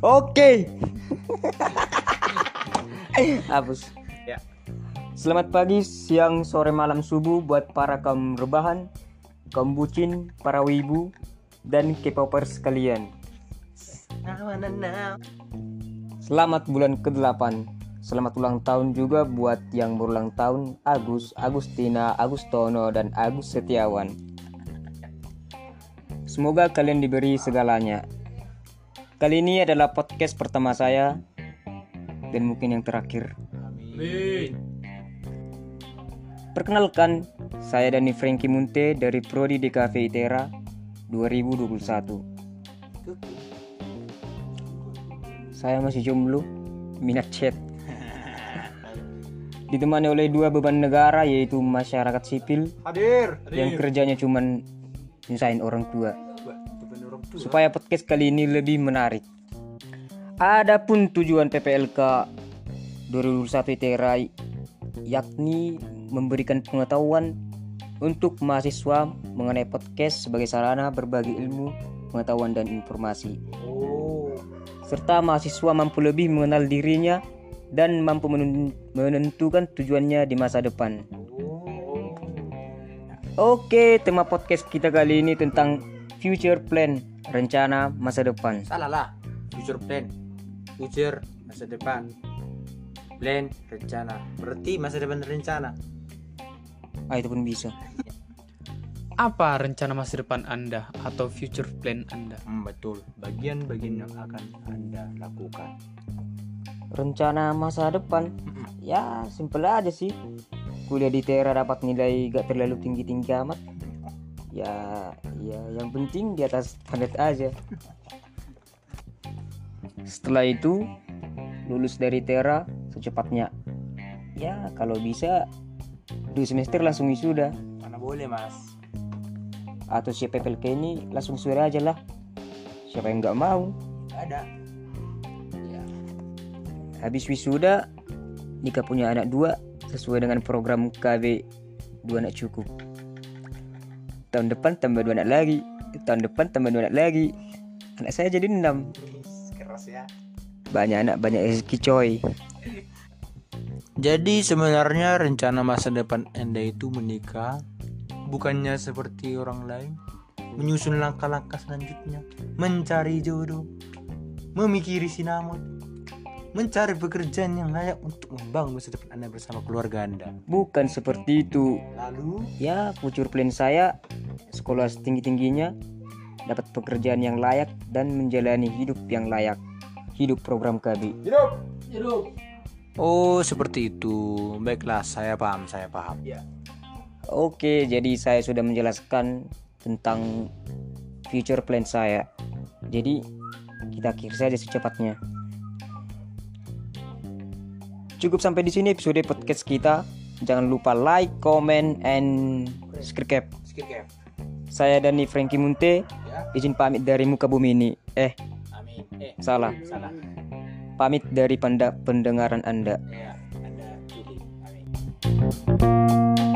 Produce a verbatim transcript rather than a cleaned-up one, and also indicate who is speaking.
Speaker 1: Oke. Hapus.
Speaker 2: Ya.
Speaker 1: Selamat pagi, siang, sore, malam, subuh buat para kaum rebahan, kaum bucin, para wibu, dan K-popers sekalian. Selamat bulan kedelapan. Selamat ulang tahun juga buat yang berulang tahun, Agus, Agustina, Agustono, dan Agus Setiawan. Semoga kalian diberi segalanya. Kali ini adalah podcast pertama saya dan mungkin yang terakhir.
Speaker 2: Amin.
Speaker 1: Perkenalkan, saya Dani Franky Munte dari Prodi D K V ITERA dua ribu dua puluh satu. Saya masih jomblo, minat chat. Ditemani oleh dua beban negara, yaitu masyarakat sipil
Speaker 2: Hadir.
Speaker 1: yang kerjanya cuman nyusahin orang tua. Supaya podcast kali ini lebih menarik. Adapun tujuan P P L K dua ribu dua puluh satu ITERA yakni memberikan pengetahuan untuk mahasiswa mengenai podcast sebagai sarana berbagi ilmu, pengetahuan dan informasi.
Speaker 2: Oh.
Speaker 1: Serta mahasiswa mampu lebih mengenal dirinya dan mampu menentukan tujuannya di masa depan. Oke, tema podcast kita kali ini tentang future plan, rencana masa depan.
Speaker 2: Salah lah. Future plan. Future masa depan. Plan rencana. Berarti masa depan rencana.
Speaker 1: Ah, itu pun bisa.
Speaker 3: Apa rencana masa depan Anda atau future plan Anda?
Speaker 2: Hmm, betul. Bagian-bagian yang akan Anda lakukan.
Speaker 1: Rencana masa depan, ya simpel aja sih. Kuliah di ITERA dapat nilai gak terlalu tinggi-tinggi amat. Ya, ya yang penting di atas standar aja. Setelah itu lulus dari ITERA secepatnya. Ya kalau bisa dua semester langsung wisuda.
Speaker 2: Mana boleh mas.
Speaker 1: Atau si P P L K ini langsung wisuda aja lah. Siapa yang gak mau?
Speaker 2: Gak ada. Ya.
Speaker 1: Habis wisuda nikah punya anak dua sesuai dengan program K B dua anak cukup. Tahun depan tambah dua anak lagi, tahun depan tambah dua anak lagi. Anak saya jadi enam.
Speaker 2: Keras ya.
Speaker 1: Banyak anak banyak rezeki coy.
Speaker 2: Jadi sebenarnya rencana masa depan Anda itu menikah, bukannya seperti orang lain, menyusun langkah-langkah selanjutnya, mencari jodoh, memikiri sinamot, mencari pekerjaan yang layak untuk membangun masa depan Anda bersama keluarga Anda.
Speaker 1: Bukan seperti itu.
Speaker 2: Lalu,
Speaker 1: Ya, future plan saya sekolah setinggi-tingginya, dapat pekerjaan yang layak dan menjalani hidup yang layak. Hidup program K B.
Speaker 2: hidup, hidup. Oh, seperti itu. Baiklah, saya paham, saya paham. Ya.
Speaker 1: Oke, jadi saya sudah menjelaskan tentang future plan saya. Jadi kita akhiri saja secepatnya. Cukup sampai di sini episode podcast kita. Jangan lupa like, comment, and subscribe.
Speaker 2: Skip cap.
Speaker 1: Saya Dani Franky Munte.
Speaker 2: Ya.
Speaker 1: Izin pamit dari muka bumi ini. Eh,
Speaker 2: Amin. Eh,
Speaker 1: salah.
Speaker 2: salah.
Speaker 1: Pamit dari panda pendengaran Anda.
Speaker 2: Ya, Anda pilih. Amin.